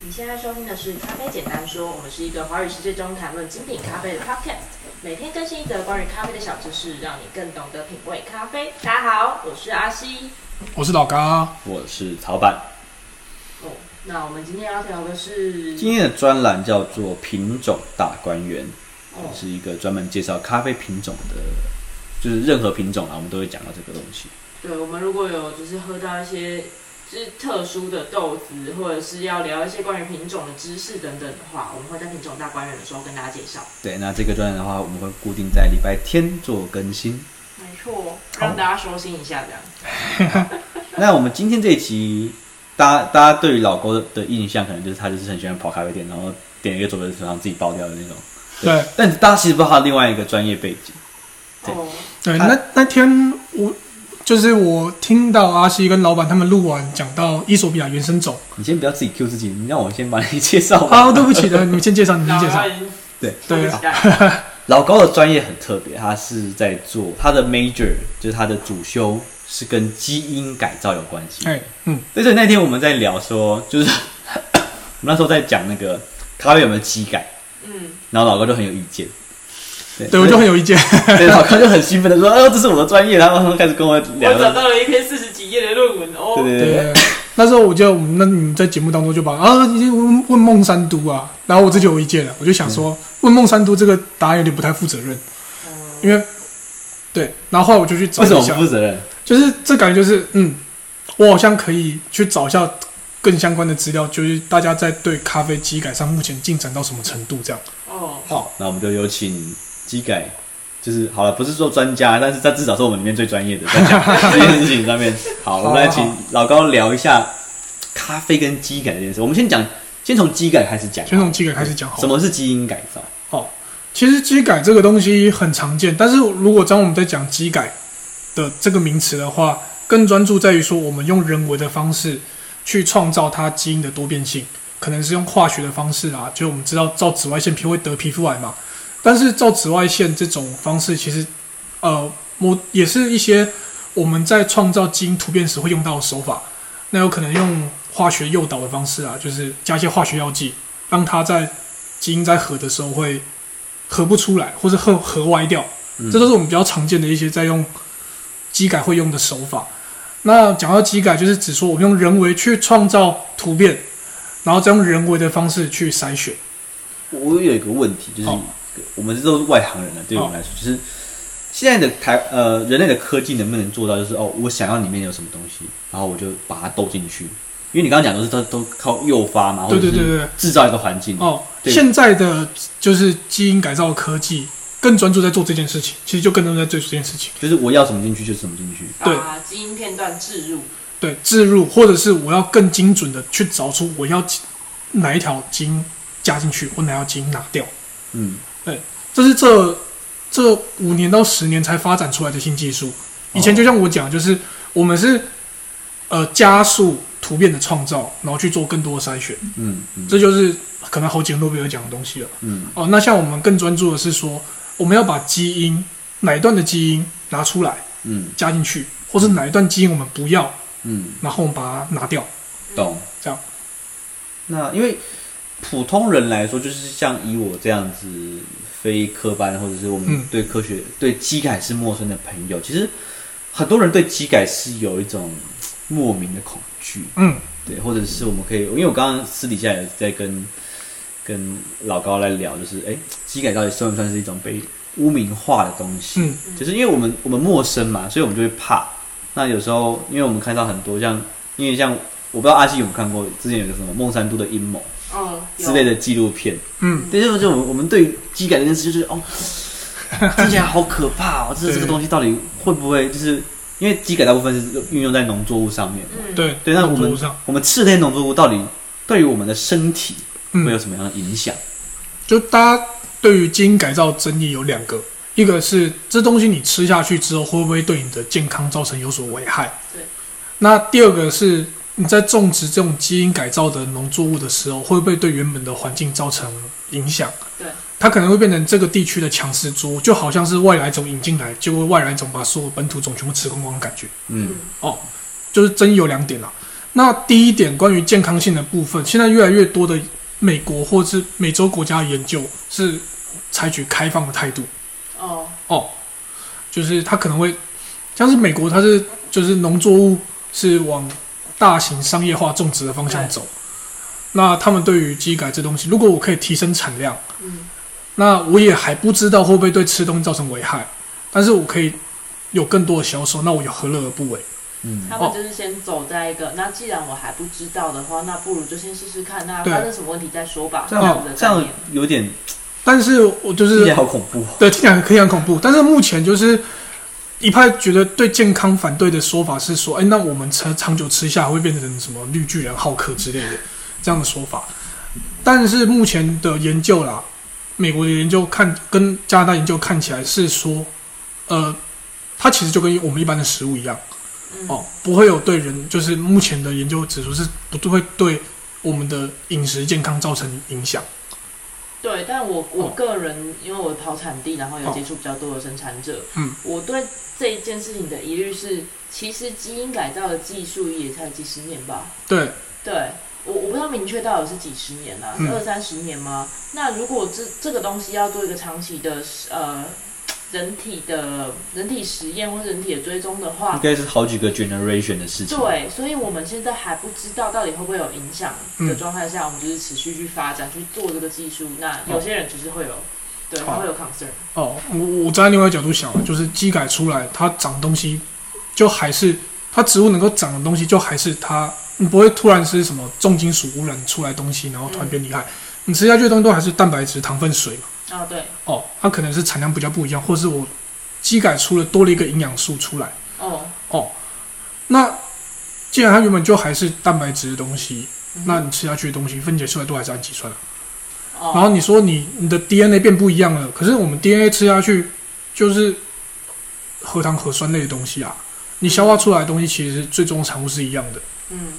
你现在收听的是《咖啡简单说》，我们是一个华语世界中谈论精品咖啡的 podcast， 每天更新一则关于咖啡的小知识，让你更懂得品味咖啡。大家好，我是阿西， 我是老嘎， 我是曹板。 那我们今天要聊的是今天的专栏叫做品种大观园，是一个专门介绍咖啡品种的，就是任何品种我们都会讲到这个东西。 对，我们如果有就是喝到一些就是特殊的豆子，或者是要聊一些关于品种的知识等等的话，我们会在品种大观园的时候跟大家介绍。 对，那这个专栏的话，我们会固定在礼拜天做更新。 没错，让大家收心一下这样。 那我们今天这一集，大家对于老勾的印象，可能就是他就是很喜欢跑咖啡店，然后点一个左边手上自己爆掉的那种。 对， 但大家其实不知道他另外一个专业背景。 对，那天我听到阿西跟老板他们录完讲到伊索比亚原生种， 你先不要自己 Q 自己，你让我先把你介绍。 啊，对不起的，你们先介绍，你先介绍。 对，老高的专业很特别，他是在做他的 major， 就是他的主修是跟基因改造有关系。所以那天我们在聊说，就是我们那时候在讲那个咖啡有没有基改，然后老高就很有意见。 对，我就很有意见。 对，老高就很兴奋的说：“这是我的专业。”然后开始跟我聊。 我找到了一篇40几页的论文哦。 对。那时候那你们在节目当中就把你问孟山都啊，然后我这就有意见了，我就想说问孟山都这个答案有点不太负责任，因为对，然后后来我就去找一下， 为什么不负责任？ 就是这感觉就是我好像可以去找一下更相关的资料，就是大家在对咖啡基改上目前进展到什么程度这样。 好，那我们就有请基改，就是好了，不是说专家，但是他至少是我们里面最专业的，在讲这件事情上面。好，我们来请老高聊一下咖啡跟基改这件事。我们先从基改开始讲。 先从基改开始讲。 什么是基因改造？ 其实基改这个东西很常见，但是如果当我们在讲基改的这个名词的话，更专注在于说我们用人为的方式去创造它基因的多变性，可能是用化学的方式啊，就我们知道照紫外线会得皮肤癌嘛。但是照紫外线这种方式，其实也是一些我们在创造基因突变时会用到的手法。那有可能用化学诱导的方式啊，就是加一些化学药剂，让它在基因在合的时候会合不出来，或者合歪掉。这都是我们比较常见的一些在用基改会用的手法。那讲到基改，就是指说我们用人为去创造突变，然后再用人为的方式去筛选。 我有一个问题，就是我们都是外行人了，对我们来说，就是现在的人类的科技能不能做到，就是我想要里面有什么东西，然后我就把它兜进去。因为你刚刚讲都靠诱发嘛，或者是制造一个环境。 现在的就是基因改造科技更专注在做这件事情，其实就更专注在做这件事情， 就是我要什么进去就是什么进去， 把基因片段置入。 对，置入，或者是我要更精准的去找出我要哪一条基因加进去，我哪条基因拿掉。对，这是这5年到10年才发展出来的新技术。以前就像我讲，就是我们是加速突变的创造，然后去做更多的筛选。这就是可能好几个诺贝尔奖的东西了。那像我们更专注的是说，我们要把基因哪一段的基因拿出来，加进去，或是哪一段基因我们不要，然后我们把它拿掉。 懂？ 这样。 那因为普通人来说，就是像以我这样子非科班，或者是我们对科学、对基改是陌生的朋友，其实很多人对基改是有一种莫名的恐惧。对，或者是我们可以，因为我刚刚私底下也在跟老高来聊，就是基改到底算不算是一种被污名化的东西？就是因为我们陌生嘛，所以我们就会怕。那有时候，因为我们看到很多像我不知道阿西有没有看过，之前有个什么孟山都的阴谋之类的纪录片。对，就我们对基改这件事就是听起来好可怕哦！这个东西到底会不会就是因为基改大部分是运用在农作物上面嘛？ 对， 那我们吃的那些农作物到底对于我们的身体会有什么样的影响？ 就大家对于基因改造争议有2个，一个是这东西你吃下去之后会不会对你的健康造成有所危害？ 对。 那第2个是你在种植这种基因改造的农作物的时候，会不会对原本的环境造成影响？ 对。 它可能会变成这个地区的强势作，就好像是外来种引进来，结果外来种把所有本土种全部吃光光的感觉。 嗯， 哦，就是争议有2点啦。 那第一点，关于健康性的部分，现在越来越多的美国或是美洲国家的研究是采取开放的态度。就是它可能会像是美国，它是就是农作物是往大型商业化种植的方向走。那他们对于基改这东西，如果我可以提升产量，那我也还不知道会不会对吃东西造成危害，但是我可以有更多的销售，那我有何乐而不为？ 他们就是先走在一个，那既然我还不知道的话，那不如就先试试看，那发生什么问题再说吧。这样有点， 但是我就是听起来好恐怖。 对，听起来可以很恐怖。但是目前就是一派觉得对健康反对的说法是说，那我们长久吃下会变成什么绿巨人、浩克之类的这样的说法。但是目前的研究啦，美国的研究跟加拿大研究看起来是说，它其实就跟我们一般的食物一样。不会有对人，就是目前的研究指出是不会对我们的饮食健康造成影响。 对，但我个人，因为我跑产地，然后有接触比较多的生产者，我对这一件事情的疑虑是，其实基因改造的技术也才几十年吧？对，我不知道明确到底是几十年啊，20-30年吗？那如果这个东西要做一个长期的人体实验或人体的追踪的话， 应该是好几个 generation 的事情。 对，所以我们现在还不知道到底会不会有影响的状态下，我们就是持续去发展去做这个技术。那有些人就是会有，对，他会有 concern。 我站在另外一个角度想，就是基改出来，它长东西就还是它植物能够长的东西，就还是它，你不会突然是什么重金属污染出来东西，然后突然变厉害。你吃下去的东西都还是蛋白质、糖分、水嘛。 对。 它可能是产量比较不一样，或是我基改多了一个营养素出来。那既然它原本就还是蛋白质的东西，那你吃下去的东西分解出来都还是氨基酸然后你说你的 DNA 变不一样了，可是我们 DNA 吃下去就是核糖核酸类的东西啊，你消化出来的东西其实最终产物是一样的。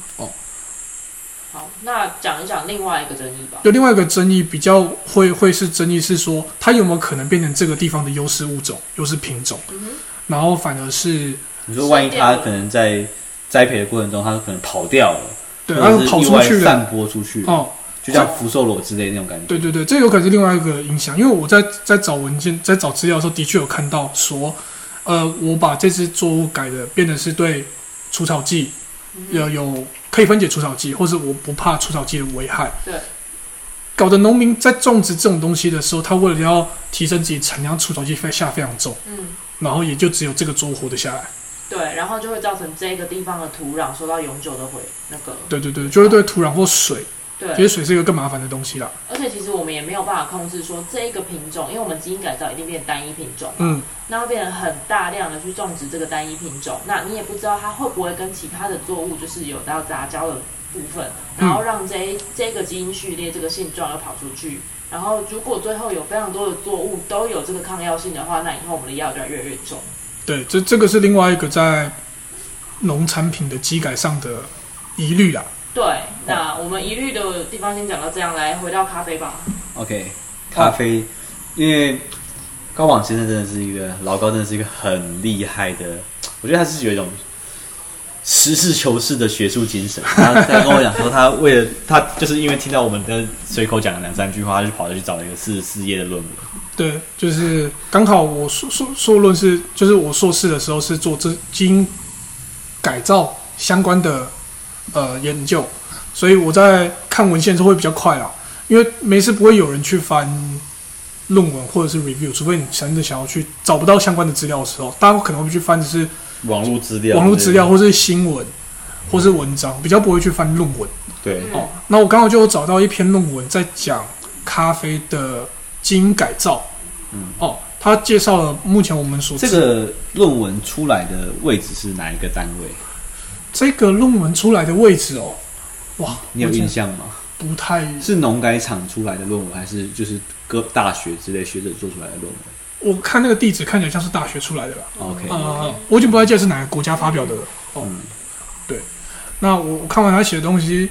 好，那讲一讲另外一个争议吧。 有另外一个争议比较会是争议是说，它有没有可能变成这个地方的优势物种、优势品种，然后反而是你说万一它可能在栽培的过程中，它可能跑掉了， 对，它跑出去了， 散播出去，就像福寿螺之类那种感觉。 对，这有可能是另外一个影响，因为我在找文件、在找资料的时候，的确有看到说，我把这只作物改的变得是对除草剂有可以分解除草剂，或是我不怕除草剂的危害。 对， 搞得农民在种植这种东西的时候，他为了要提升自己产量，除草剂下非常重，然后也就只有这个作物活得下来。 对，然后就会造成这个地方的土壤受到永久的对，就会对土壤或水。 对， 其实水是一个更麻烦的东西啦。 而且其实我们也没有办法控制说这一个品种，因为我们基因改造一定变单一品种，那会变成很大量的去种植这个单一品种，那你也不知道它会不会跟其他的作物就是有到杂交的部分，然后让这个基因序列这个性状又跑出去，然后如果最后有非常多的作物都有这个抗药性的话，那以后我们的药就越来越重。 对，这个是另外一个在农产品的基改上的疑虑啦。 对，那我们疑虑的地方先讲到这样，来回到咖啡吧。 OK， 咖啡，因为高榜先生真的是一个老高，真的是一个很厉害的，我觉得他是有一种实事求是的学术精神。他跟我讲说，他就是因为听到我们的随口讲了2-3句话，他就跑去找了一个44页的论文。 对，就是刚好我硕论是，就是我硕士的时候是做这基因改造相关的研究，所以我在看文献的时候会比较快啦，因为没事不会有人去翻论文或者是 review， 除非你真的想要去找不到相关的资料的时候，大家可能会去翻的是网络资料或是新闻或是文章，比较不会去翻论文。 对， 那我刚好就有找到一篇论文在讲咖啡的基因改造。他介绍了目前我们所这个论文出来的位置是哪一个单位？ 这个论文出来的位置哇， 你有印象吗？ 不太是农改场出来的论文，还是就是各大学之类学者做出来的论文？ 我看那个地址看起来像是大学出来的啦。 OK， 我已经不太记得是哪个国家发表的了。对。那我看完他写的东西，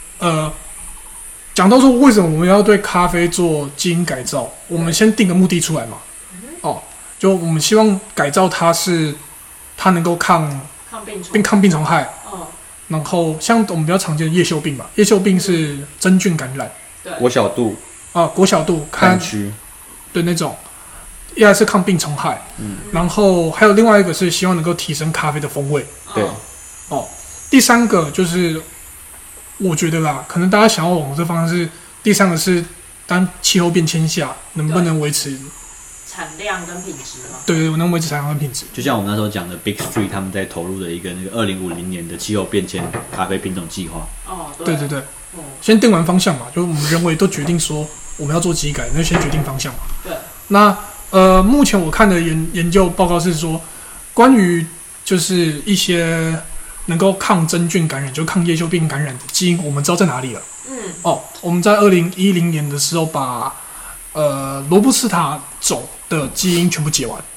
讲到说为什么我们要对咖啡做基因改造，我们先定个目的出来嘛。就我们希望改造它是它能够抗病虫害。 然后像我们比较常见的叶锈病嘛，叶锈病是真菌感染， 对， 果小度果小度肝区对那种，一来是抗病虫害，然后还有另外一个是希望能够提升咖啡的风味， 对， 第三个就是我觉得啦，可能大家想要往这方向是，第三个是当气候变迁下能不能维持产量跟品质嘛？ 对，能维持产量跟品质。 就像我们那时候讲的 Big Three， 他们在投入的一个那个2050年的气候变迁咖啡品种计划。 对，先定完方向嘛，就我们人为都决定说我们要做基改，那先决定方向嘛。 对。 那目前我看的研究报告是说，关于就是一些能够抗真菌感染，就抗叶锈病感染的基因，我们知道在哪里了。我们在2010年的时候把罗布斯塔种的基因全部解完。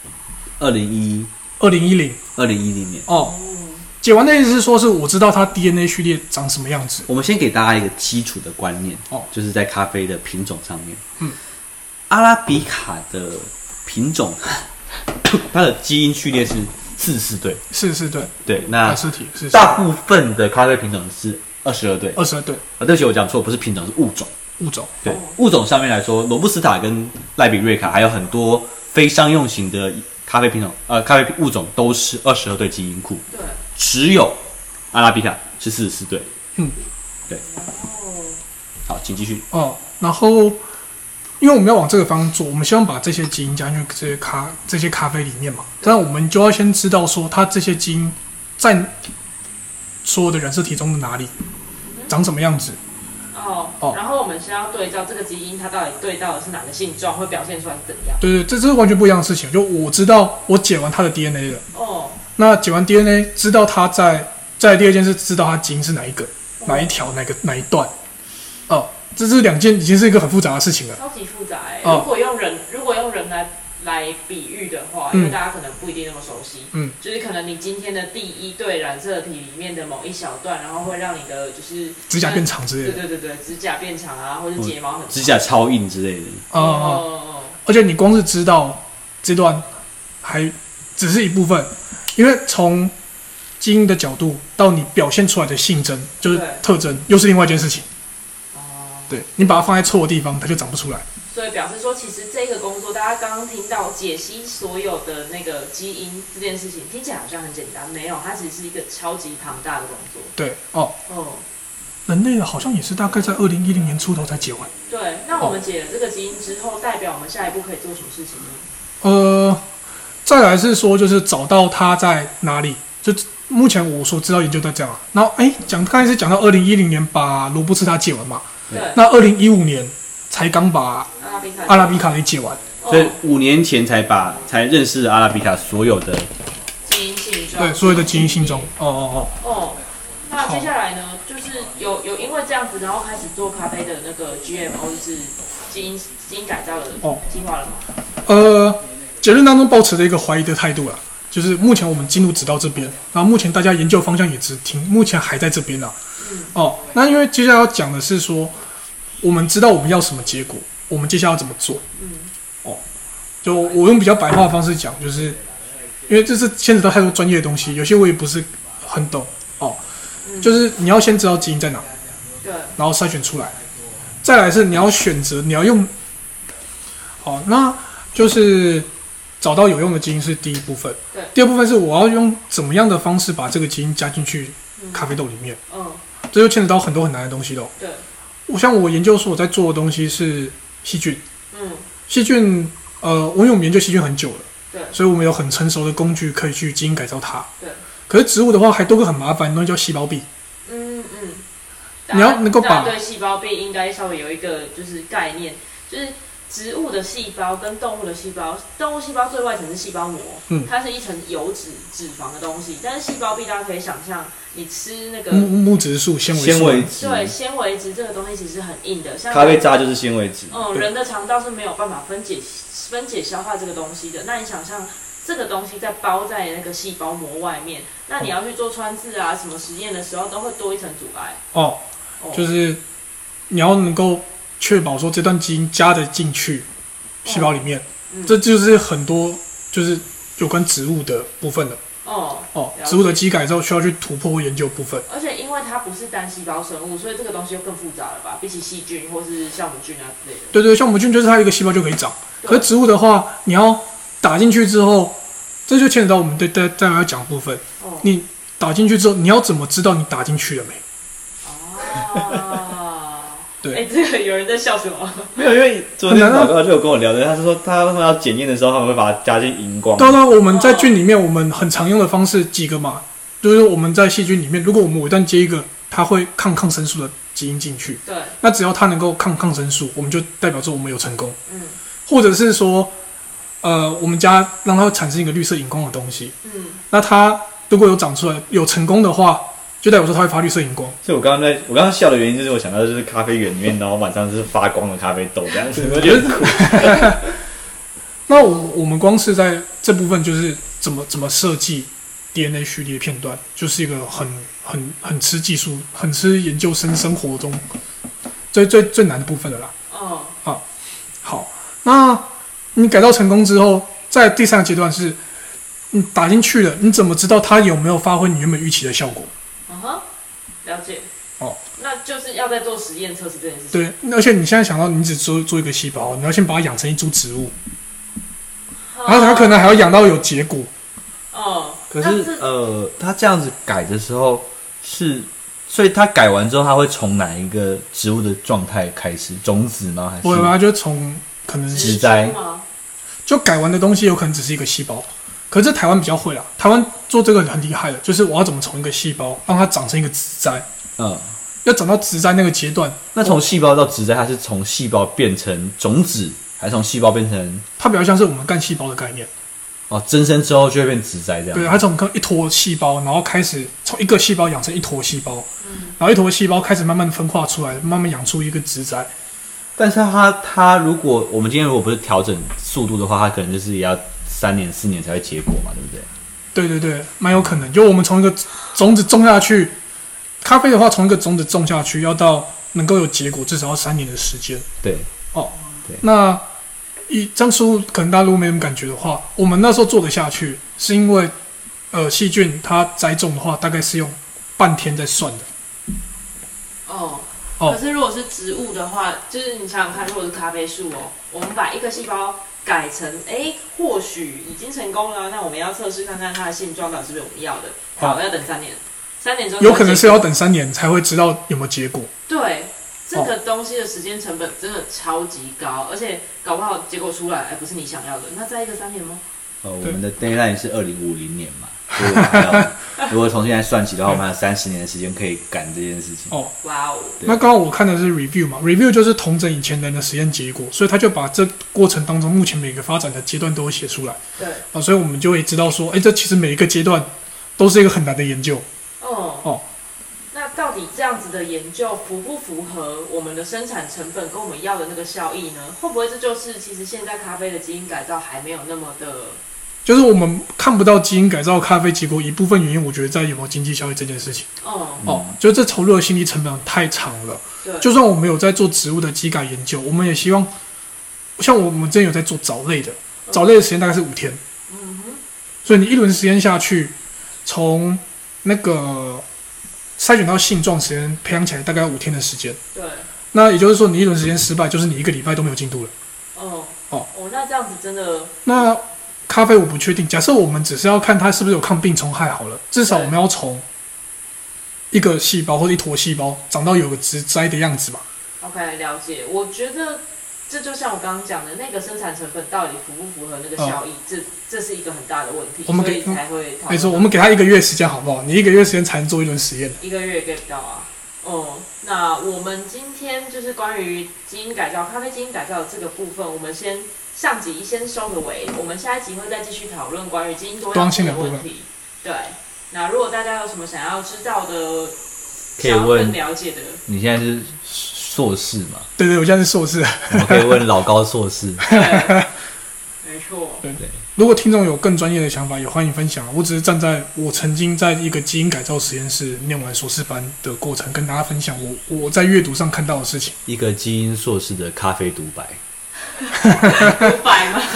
2010年。 解完的意思是说，是我知道它 DNA 序列长什么样子。 我们先给大家一个基础的观念，就是在咖啡的品种上面，阿拉比卡的品种，它的基因序列是44对 ，44对， 对，那是大部分的咖啡品种是22对 ，22对。 对不起，我讲错，不是品种，是物种。对，物种上面来说，罗布斯塔跟赖比瑞卡还有很多非商用型的咖啡品种，咖啡物种都是22对基因库。 对， 只有阿拉比卡是44对。对。好，请继续。 然后因为我们要往这个方向做，我们希望把这些基因加进去这些咖啡里面嘛，但我们就要先知道说它这些基因在所有的染色体中的哪里，长什么样子。 然后我们先要对照这个基因，它到底对到的是哪个性状，会表现出来是怎样？ 对，这是完全不一样的事情。就我知道我解完它的 DNA 了，那解完 DNA， 知道它在第二件事，知道它基因是哪一个、哪一条、哪一段。这是两件已经是一个很复杂的事情了， 超级复杂如果用人来比喻的话，因为大家可能不一定那么熟悉，就是可能你今天的第一对染色体里面的某一小段，然后会让你的就是指甲变长之类的， 对，指甲变长啊，或者睫毛很长， 指甲超硬之类的， 而且你光是知道这段还只是一部分，因为从基因的角度到你表现出来的性征，就是特征，又是另外一件事情。对，你把它放在错的地方，它就长不出来。 所以表示说，其实这个工作，大家刚刚听到解析所有的那个基因这件事情，听起来好像很简单，没有，它其实是一个超级庞大的工作。 对，人类的好像也是大概在2010年出头才解完。 对，那我们解了这个基因之后，代表我们下一步可以做什么事情呢？ 再来是说，就是找到它在哪里。就目前我所知道研究在这样。然后，刚才是讲到2010年把罗布斯塔解完嘛。 对。 那2015年才刚把阿拉比卡给解完。 所以5年前才认识阿拉比卡所有的基因性状。 对，所有的基因性状。 那接下来呢，就是有因为这样子，然后开始做咖啡的那个 GMO， 就是基因改造的计划了吗？ 结论当中抱持的一个怀疑的态度啦，就是目前我们进度只到这边，然后目前大家研究方向也只停，目前还在这边啦。那因为接下来要讲的是说，我们知道我们要什么结果，我们接下来要怎么做？就我用比较白话的方式讲，就是因为这是牵扯到太多专业的东西，有些我也不是很懂就是你要先知道基因在哪， 对， 然后筛选出来，再来是你要选择你要用，那就是找到有用的基因是第一部分， 对， 第二部分是我要用怎么样的方式把这个基因加进去咖啡豆里面，这就牵扯到很多很难的东西咯。 对， 我研究所我在做的东西是细菌，细菌，因为我们研究细菌很久了， 对， 所以我们有很成熟的工具可以去基因改造它， 对。 可是植物的话还多个很麻烦的东西叫细胞壁，你要能够把对细胞壁应该稍微有一个就是概念，就是植物的细胞跟动物的细胞，动物细胞最外层是细胞膜，它是一层油脂肪的东西，但是细胞壁大家可以想象，你吃那个木质素纤维质， 对，纤维质这个东西其实很硬的，像咖啡渣就是纤维质， 人的肠道是没有办法分解消化这个东西的，那你想象这个东西在包在那个细胞膜外面，那你要去做穿刺啊什么实验的时候，都会多一层阻碍。 就是你要能够确保说这段基因加得进去细胞里面，这就是很多就是有关植物的部分了。 植物的基改造需要去突破研究部分。 而且因为它不是单细胞生物，所以这个东西又更复杂了吧？比起细菌或是酵母菌啊之类的。 对对，酵母菌就是它一个细胞就可以长，可是植物的话，你要打进去之后，这就牵扯到我们待会要讲的部分。你打进去之后，你要怎么知道你打进去了没？对， 这个有人在笑什么？ 没有，因为昨天老高就有跟我聊的，他说他要检验的时候，他们会把它加进荧光。 当然，我们在菌里面，我们很常用的方式几个嘛，就是我们在细菌里面，如果我们尾段接一个它会抗生素的基因进去， 对， 那只要它能够抗生素，我们就代表说我们有成功。或者是说，我们让它产生一个绿色荧光的东西，那它如果有长出来有成功的话，就代表说它会发绿色荧光。 所以我刚刚笑的原因就是我想到就是咖啡园里面，然后晚上就是发光的咖啡豆这样子，我觉得很酷。 那我们光是在这部分就是怎么设计 DNA 序列片段，就是一个很吃技术、很吃研究生生活中最难的部分的啦。好，那你改造成功之后，在第三个阶段是你打进去了，你怎么知道它有没有发挥你原本预期的效果？ 了解。那就是要在做实验测试这件事情。 对，而且你现在想到你只做一个细胞，你要先把它养成一株植物，然后它可能还要养到有结果。 可是他这样子改的时候所以他改完之后，他会从哪一个植物的状态开始？种子吗？还是？ 不会吧，就从可能植栽。 就改完的东西有可能只是一个细胞，可是台湾比较会啦，台湾做这个很厉害的，就是我要怎么从一个细胞让它长成一个植栽。要长到植栽那个阶段。 那从细胞到植栽，它是从细胞变成种子，还是从细胞变成？ 它比较像是我们干细胞的概念。 增生之后就会变植栽这样。 对，它从一坨细胞，然后开始从一个细胞养成一坨细胞，然后一坨细胞开始慢慢分化出来，慢慢养出一个植栽。 但是它如果我们今天如果不是调整速度的话，它可能就是也要3年4年才会结果嘛，对不对？ 对对对，蛮有可能。就我们从一个种子种下去，咖啡的话，从一个种子种下去，要到能够有结果，至少要3年的时间。 对。 对。那当初可能大家如果没什么感觉的话，我们那时候做得下去，是因为细菌它栽种的话，大概是用半天在算的。 可是如果是植物的话，就是你想想看，如果是咖啡树我们把一个细胞改成，或许已经成功了，那我们要测试看看它的性状到底是不是我们要的。好，要等3年，3年之后有可能是要等3年才会知道有没有结果。 对，这个东西的时间成本真的超级高，而且搞不好结果出来，不是你想要的，那再一个3年吗？ 我们的 deadline 是2050年嘛，如果从现在算起的话，我们还有30年的时间可以赶这件事情。 哇哦！ 那刚刚我看的是 review 嘛 ，review 就是统整以前人的实验结果，所以他就把这过程当中目前每个发展的阶段都会写出来。 对。 所以我们就会知道说，这其实每一个阶段都是一个很难的研究。 那到底这样子的研究符不符合我们的生产成本跟我们要的那个效益呢？会不会这就是其实现在咖啡的基因改造还没有那么的？ 就是我们看不到基因改造咖啡结果，一部分原因我觉得在有没有经济效益这件事情。就是这投入的心理成本太长了。 对。 就算我们有在做植物的基改研究，我们也希望，像我们之前有在做藻类的，藻类的时间大概是5天。所以你一轮实验下去，从那个筛选到性状时间培养起来大概要5天的时间。 对。 那也就是说，你一轮实验失败，就是你1个礼拜都没有进度了。 那这样子真的。 那咖啡我不确定，假设我们只是要看它是不是有抗病虫害好了，至少我们要从一个细胞或者一坨细胞长到有个植栽的样子嘛。 OK， 了解。我觉得这就像我刚刚讲的那个生产成本到底符不符合那个效益，这是一个很大的问题，所以才会讨论。 没错，我们给他1个月时间好不好？你1个月时间才能做一轮实验。 1个月也 get 不到啊。那我们今天就是关于基因改造、咖啡基因改造的这个部分，我们上集先收个尾，我们下一集会再继续讨论关于基因多样性的问题。对，那如果大家有什么想要知道的、 可以问了解的， 你现在是硕士嘛？ 对，我现在是硕士。 我们可以问老高硕士。 对，没错。 对。如果听众有更专业的想法，也欢迎分享。我只是站在我曾经在一个基因改造实验室念完硕士班的过程，跟大家分享我在阅读上看到的事情。 一个基因硕士的咖啡独白。 独白吗？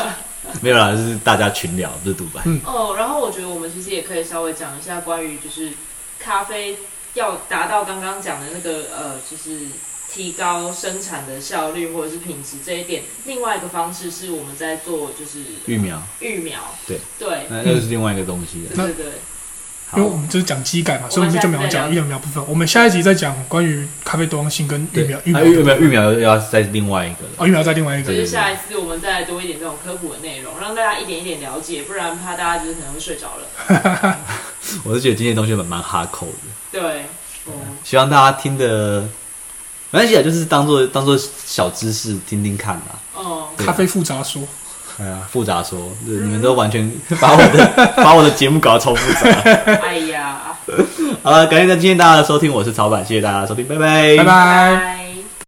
没有啦，就是大家群聊，不是独白。 然后我觉得我们其实也可以稍微讲一下关于就是咖啡要达到刚刚讲的那个就是提高生产的效率或者是品质这一点。另外一个方式是我们在做就是育苗， 对， 那又是另外一个东西了。 对。 因为我们就是讲基改嘛，所以我们就没有讲育苗部分。我们下一集再讲关于咖啡多样性跟育苗。 育苗要再另外一个了。 育苗再另外一个。 就是下一次我们再多一点这种科普的内容，让大家一点一点了解，不然怕大家就是可能会睡着了。 我是觉得今天的东西蛮哈口的。 对， 希望大家听的没关系啊，就是当做小知识听听看啦。 咖啡复杂说。 复杂说，你们都完全把我的节目搞得超复杂。 哎呀， 好了，感谢今天大家的收听，我是曹板，谢谢大家的收听，拜拜， 拜拜。